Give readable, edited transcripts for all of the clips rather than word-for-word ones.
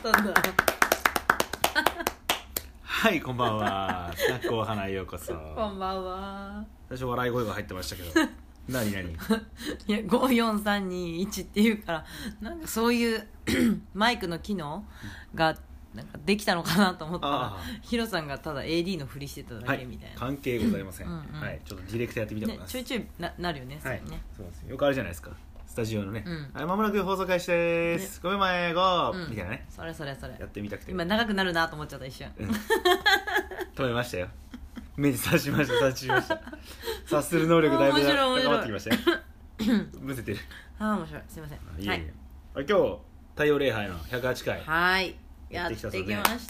ったんだ。 はい、こんばんは。スナックお花へようこそ。 こんばんは。 最初笑い声が入ってましたけど何いや54321っていうからなんかそういうマイクの機能がなんかできたのかなと思ったらヒロさんがただ AD のふりしてただけみたいな、 関係ございません、 うんうんはい、ちょっとディレクターやってみたことね、 ます、 ちょいちょい なるよね、 はい、 そうね。 そうですよくあるじゃないですか、スタジオのね、 うん、 はい、間もなく放送開始でーす、5秒前5、 うん、 みたいなね、 それやってみたくて今長くなるなと思っちゃった一瞬、 止めましたよ、目に察しました察する能力だいぶ高まってきましたよむせてる。 面白い、すいません。 いやいや、はい、今日太陽礼拝の108回はいやってきました。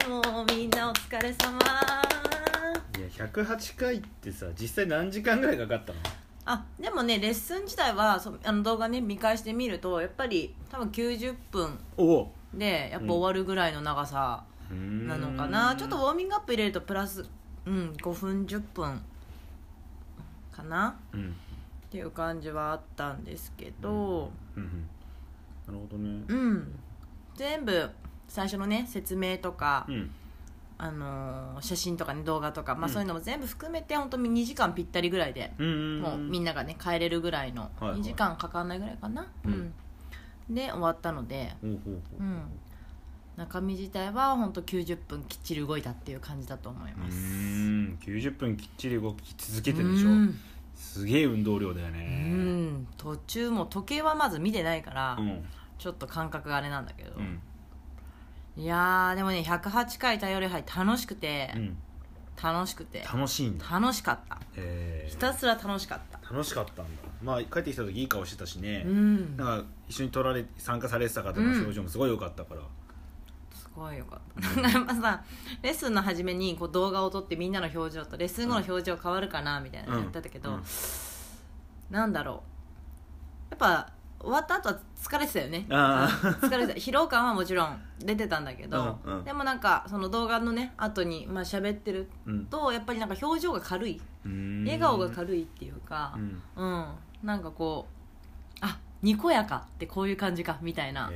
もうみんなお疲れ様。 いや108回ってさ、実際何時間ぐらいかかったの？ でもね、レッスン自体は動画ね見返してみるとやっぱり多分90分でやっぱ終わるぐらいの長さなのかな、ちょっとウォーミングアップ入れるとプラス、5分10分かな、っていう感じはあったんですけど、 なるほどね。 全部最初のね説明とか、写真とかね動画とか、そういうのも全部含めて本当に2時間ぴったりぐらいで、もうみんながね帰れるぐらいの、2時間かかんないぐらいかな、で終わったので、中身自体は本当90分きっちり動いたっていう感じだと思います。 90分きっちり動き続けてるでしょ。すげえ運動量だよね。 途中も時計はまず見てないから、ちょっと感覚があれなんだけど、いやーでもね108回太陽礼拝楽しくて、楽しいんだ。楽しかった、ひたすら楽しかった。 楽しかったんだ。まあ帰ってきた時いい顔してたしね、なんか一緒に参加されてた方の表情もすごい良かったから、 すごい良かった。やっぱさレッスンの初めにこう動画を撮ってみんなの表情とレッスン後の表情変わるかなみたいなのやってたけど、なんだろう、やっぱ終わった後は疲れてたよね。疲れてた。疲労感はもちろん出てたんだけど、でもなんかその動画のね後に喋ってると、やっぱりなんか表情が軽い、笑顔が軽いっていうか、なんかこうにこやかってこういう感じかみたいな、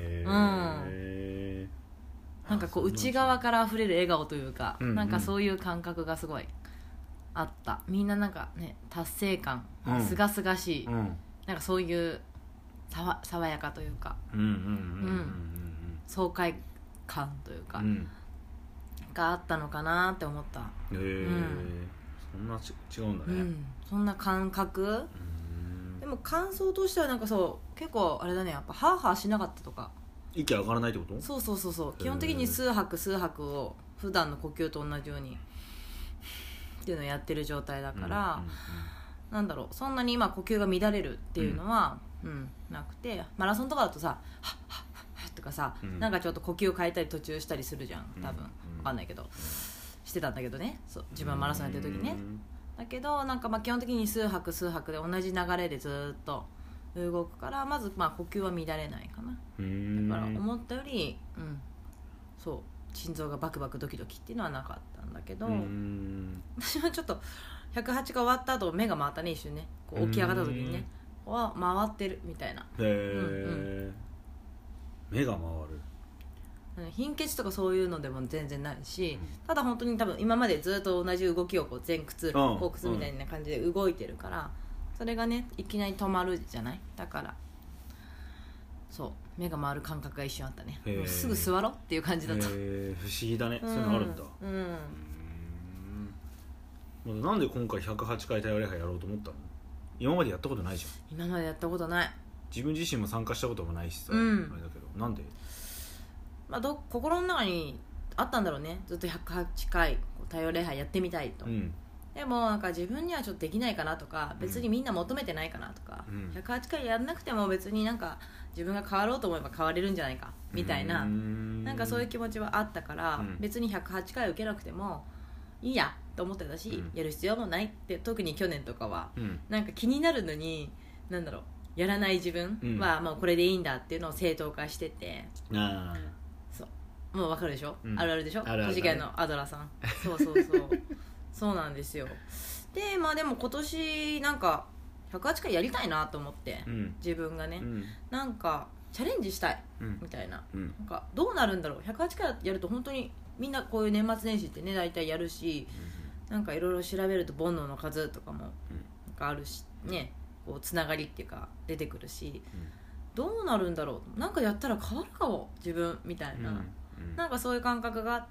なんかこう内側から溢れる笑顔というか、なんかそういう感覚がすごいあった。みんななんかね達成感、すがすがしい、なんかそういう爽やかというか、爽快感というか、があったのかなって思った。 そんな違うんだね、 そんな感覚。でも感想としてはなんかそう結構あれだね、やっぱハーハーしなかったとか、 息上がらないってこと？ そう基本的に数拍を普段の呼吸と同じようにっていうのをやってる状態だから、なんだろう、そんなに今呼吸が乱れるっていうのは、なくて、マラソンとかだとさハッハッハッとかさ、なんかちょっと呼吸を変えたり途中したりするじゃん多分、分かんないけど、してたんだけどね、自分はマラソンやってる時ね、だけどなんか基本的に数拍で同じ流れでずっと動くから、まず呼吸は乱れないかな。だから思ったより、そう心臓がバクバクドキドキっていうのはなかったんだけど、私はちょっと108が終わった後目が回ったね、一瞬ね、こう起き上がった時にね、回ってるみたいな。 目が回る。 貧血とかそういうのでも全然ないし、ただ本当に多分今までずっと同じ動きをこう前屈後屈みたいな感じで動いてるから、それがねいきなり止まるじゃない。だからそう目が回る感覚が一瞬あったね。もうすぐ座ろうっていう感じだった。不思議だね、そういうのあるんだ。なんで今回108回太陽礼拝やろうと思ったの？今までやったことないじゃん。 今までやったことない。 自分自身も参加したこともないしさ、あれだけどなんで？ 心の中にあったんだろうね、ずっと108回太陽礼拝やってみたいと、でもなんか自分にはちょっとできないかなとか、別にみんな求めてないかなとか、108回やんなくても別になんか自分が変わろうと思えば変われるんじゃないかみたいな、なんかそういう気持ちはあったから、別に108回受けなくてもいいやと思ってたし、やる必要もないって。特に去年とかは、なんか気になるのになんだろう、やらない自分はもうこれでいいんだっていうのを正当化してて、もう分かるでしょ、あるあるでしょ、年がいのアドラさん。そうそうなんですよ。ででも今年なんか108回やりたいなと思って、自分がね、なんかチャレンジしたいうんみたいな、 うんなんかどうなるんだろう、108回やると本当にみんなこういう年末年始ってね大体やるし、なんかいろいろ調べると煩悩の数とかもなんかあるしね、こうつながりっていうか出てくるし、どうなるんだろう、なんかやったら変わるかも自分みたいな、なんかそういう感覚があって、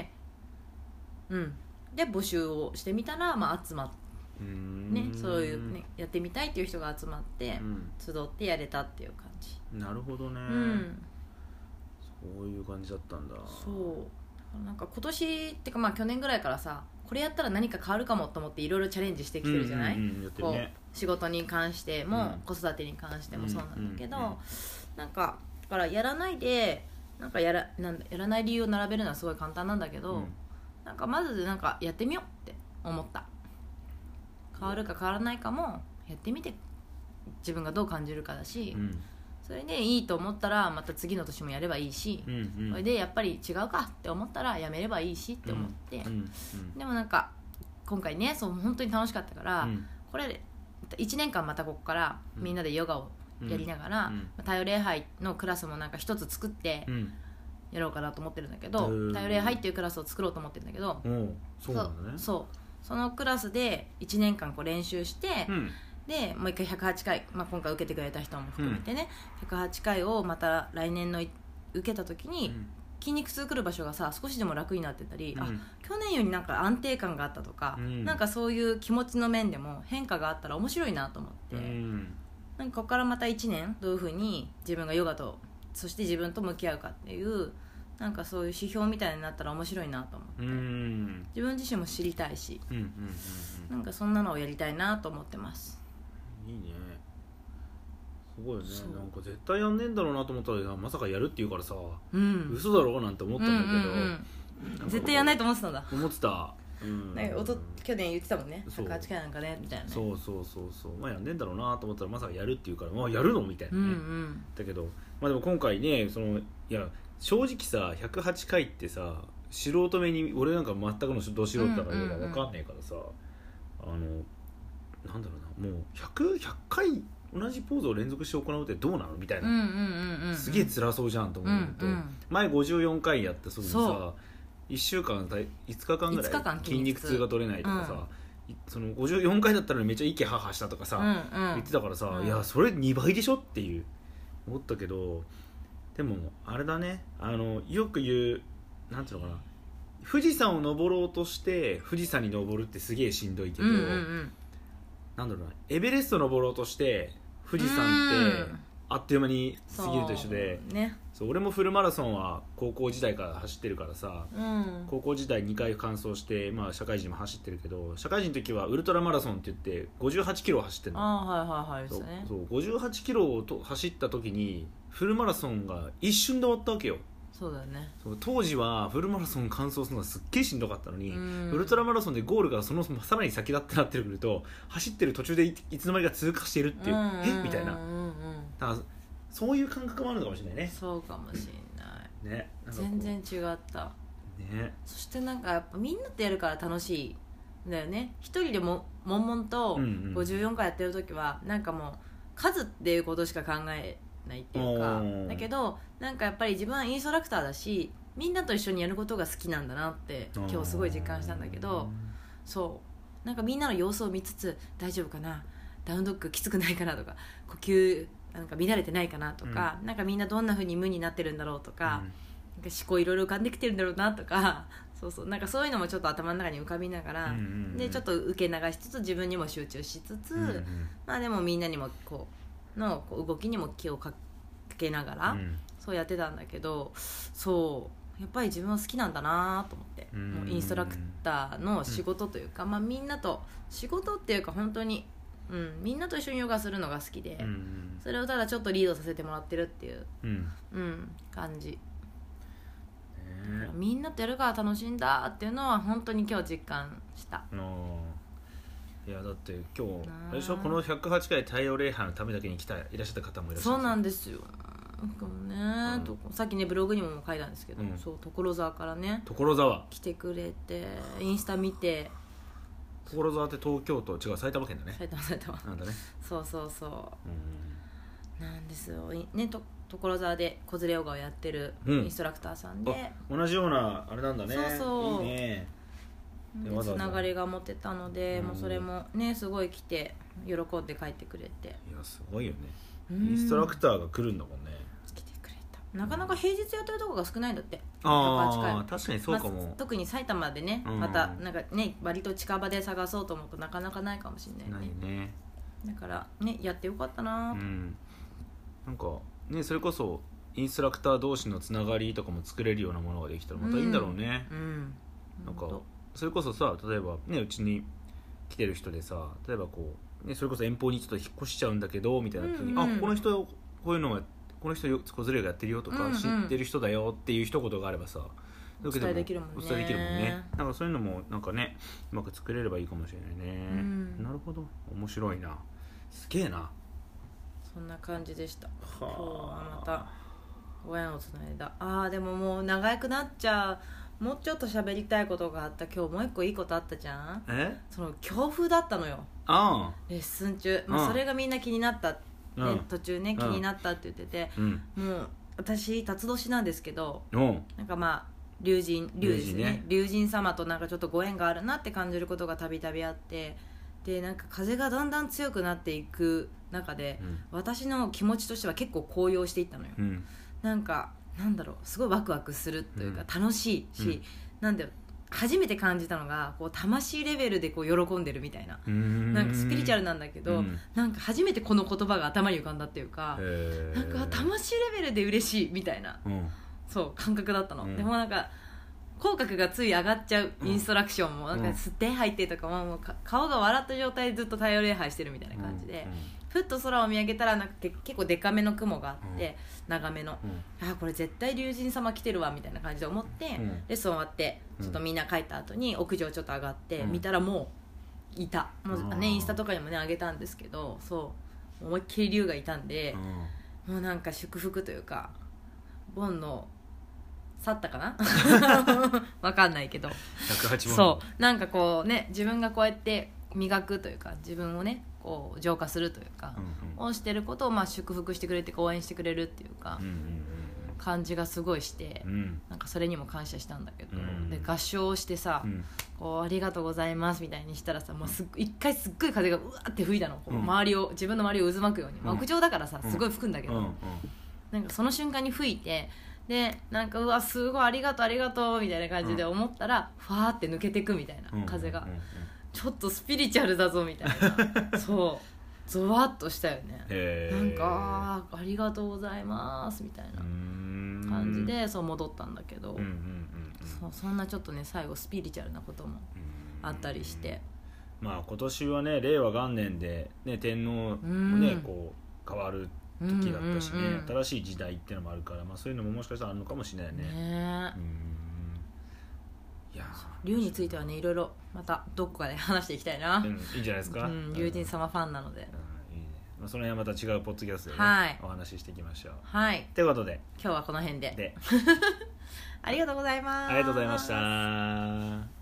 で募集をしてみたら、集まって、そういう、ね、やってみたいっていう人が集まって、集ってやれたっていう感じ。 なるほどね、そういう感じだったんだ。 そうなんか今年ってか去年ぐらいからさ、これやったら何か変わるかもと思っていろいろチャレンジしてきてるじゃない、こう仕事に関しても、子育てに関してもそうなんだけど、なんかだからやらないでなんかやらない理由を並べるのはすごい簡単なんだけど、なんかまずなんかやってみようって思った。変わるか変わらないかもやってみて自分がどう感じるかだし、それでいいと思ったらまた次の年もやればいいし、それでやっぱり違うかって思ったらやめればいいしって思って、でもなんか今回ね、そう本当に楽しかったから、これ1年間またここからみんなでヨガをやりながら、太陽礼拝のクラスもなんか一つ作ってやろうかなと思ってるんだけど、太陽礼拝っていうクラスを作ろうと思ってるんだけど、 そうなんだね。 そのクラスで1年間こう練習して、でもう一回108回、今回受けてくれた人も含めてね、108回をまた来年の受けた時に、筋肉痛くる場所がさ少しでも楽になってたり、去年よりなんか安定感があったとか、なんかそういう気持ちの面でも変化があったら面白いなと思って、なんかここからまた1年どういうふうに自分がヨガとそして自分と向き合うかっていうなんかそういう指標みたいになったら面白いなと思って、自分自身も知りたいし、なんかそんなのをやりたいなと思ってます。 いいね、すごいね。なんか絶対やんねえんだろうなと思ったらまさかやるって言うからさ、嘘だろうなんて思ったんだけど、 絶対やんないと思ってたんだ。 思ってた。 なんか去年言ってたもんね、108回なんかねみたいなね。 そうやんねえんだろうなと思ったらまさかやるって言うからやるのみたいなね、だけどでも今回ね、いや正直さ108回ってさ素人目に俺なんか全くのど素人だから分かんねえからさ、なんだろうな、もう100回同じポーズを連続して行うってどうなのみたいな、すげえ辛そうじゃんと思うと、前54回やってそれにさ1週間5日間ぐらい筋肉痛が取れないとかさ、その54回だったらめっちゃ息ハハしたとかさ、言ってたからさ、いやそれ2倍でしょっていう思ったけど、でもあれだね、よく言うなんていうのかな、富士山を登ろうとして富士山に登るってすげえしんどいけど、なんだろうな、エベレスト登ろうとして富士山ってあっという間に過ぎると一緒で、そう俺もフルマラソンは高校時代から走ってるからさ、高校時代2回完走して、社会人も走ってるけど、社会人の時はウルトラマラソンって言って58キロを走ってるの。そう58キロを走った時にフルマラソンが一瞬で終わったわけよ。 そうだよね。 当時はフルマラソン完走するのがすっげえしんどかったのに、ウルトラマラソンでゴールがそのさらに先だってなってくると、走ってる途中でいつの間にか通過しているっていう、みたいな、だからそういう感覚もあるのかもしれないね。 そうかもしれないね。全然違ったね。 そしてなんかやっぱみんなとやるから楽しいんだよね。一人でも悶々と54回やってる時はなんかもう数っていうことしか考えないっていうか、だけどなんかやっぱり自分はインストラクターだし、みんなと一緒にやることが好きなんだなって今日すごい実感したんだけど、そうなんかみんなの様子を見つつ、大丈夫かな、ダウンドッグきつくないかなとか、呼吸なんか乱れてないかなとか、なんかみんなどんな風に無になってるんだろうとか、なんか思考いろいろ浮かんできてるんだろうなとか、なんかそういうのもちょっと頭の中に浮かびながら、でちょっと受け流しつつ自分にも集中しつつ、でもみんなにもこう動きにも気をかけながら、そうやってたんだけど、やっぱり自分は好きなんだなと思って、もうインストラクターの仕事というか、みんなと仕事っていうか本当に、みんなと一緒にヨガするのが好きで、それをただちょっとリードさせてもらってるっていう、感じ、みんなとやるから楽しいんだっていうのは本当に今日実感した。 いやだって今日あれでしょ、この108回太陽礼拝のためだけにいらっしゃった方もいらっしゃる。 そうなんですよ。さっきねブログにも書いたんですけど、所沢からね、 所沢来てくれて、インスタ見て。 所沢って東京都、違う埼玉県だね。 埼玉なんだね。そうなんですよね。 所沢で子連れヨガをやってるインストラクターさんで、 同じようなあれなんだね。 そういいね。 でつながりが持ってたので、もうそれもねすごい来て喜んで帰ってくれて、 いやすごいよね。インストラクターが来るんだもんね。 来てくれた。なかなか平日やってるとこが少ないんだって。 ああ確かにそうかも、 特に埼玉でね、またなんかね割と近場で探そうと思うとなかなかないかもしれないね。 ないね。 だからねやってよかったな、 なんかねそれこそインストラクター同士のつながりとかも作れるようなものができたらまたいいんだろうね。なんかそれこそさ、例えばねうちに来てる人でさ、例えばこう、ね、それこそ遠方にちょっと引っ越しちゃうんだけどみたいな時に、あこの人こういうのがこの人子連れがやってるよとか、知ってる人だよっていう一言があればさお伝えできるもんね。 お伝えできるもんね。なんかそういうのもなんかねうまく作れればいいかもしれないね。なるほど、面白いな。すげえな。 そんな感じでした。今日はまたご縁をつないだ。でももう長くなっちゃう。もうちょっと喋りたいことがあった。今日もう一個いいことあったじゃん。その強風だったのよ、レッスン中。それがみんな気になった、途中ね気になったって言ってて、もう私辰年なんですけど、なんかまあ龍神ですね、龍神様となんかちょっとご縁があるなって感じることがたびたびあって、でなんか風がだんだん強くなっていく中で、私の気持ちとしては結構高揚していったのよ、なんかなんだろう、すごいワクワクするというか楽しいし、なんだろう、初めて感じたのがこう魂レベルでこう喜んでるみたいな、なんかスピリチュアルなんだけど、なんか初めてこの言葉が頭に浮かんだっていうか、なんか魂レベルで嬉しいみたいな、そう感覚だったの、でもなんか口角がつい上がっちゃうインストラクションもなんか吸って吐いてとかもう顔が笑った状態でずっと太陽礼拝してるみたいな感じで、ふっと空を見上げたらなんか結構デカめの雲があって、長めの、これ絶対龍神様来てるわみたいな感じで思って、レッスン終わってちょっとみんな帰った後に屋上ちょっと上がって見たらもういた、もうねインスタとかにもね上げたんですけど、そう思いっきり龍がいたんで、もうなんか祝福というか煩悩去ったかなわかんないけどそうなんかこうね自分がこうやって磨くというか自分をねこう浄化するというか、をしてることをまあ祝福してくれて応援してくれるっていうか、感じがすごいして、なんかそれにも感謝したんだけど、で合唱をしてさ、こうありがとうございますみたいにしたらさ、もう一回すっごい風がうわって吹いたの、こう周りを自分の周りを渦巻くように、屋上だからさすごい吹くんだけど、なんかその瞬間に吹いて、でなんかうわすごいありがとうありがとうみたいな感じで思ったら、ファーって抜けてくみたいな、風が、ちょっとスピリチュアルだぞみたいなそうゾワッとしたよね。なんかありがとうございますみたいな感じでそう戻ったんだけど、そんなちょっとね最後スピリチュアルなこともあったりして、 まあ今年はね令和元年で、ね、天皇もねこう変わる時だったしね、新しい時代っていうのもあるから、まあ、そういうのももしかしたらあるのかもしれないね。いや龍についてはねいろいろまたどこかで話していきたいな、 いいんじゃないですか。 龍神様ファンなので、 いいね。まあ、その辺はまた違うポッドキャストで、ね、お話ししていきましょう。ということで今日はこの辺でありがとうございます。 ありがとうございました。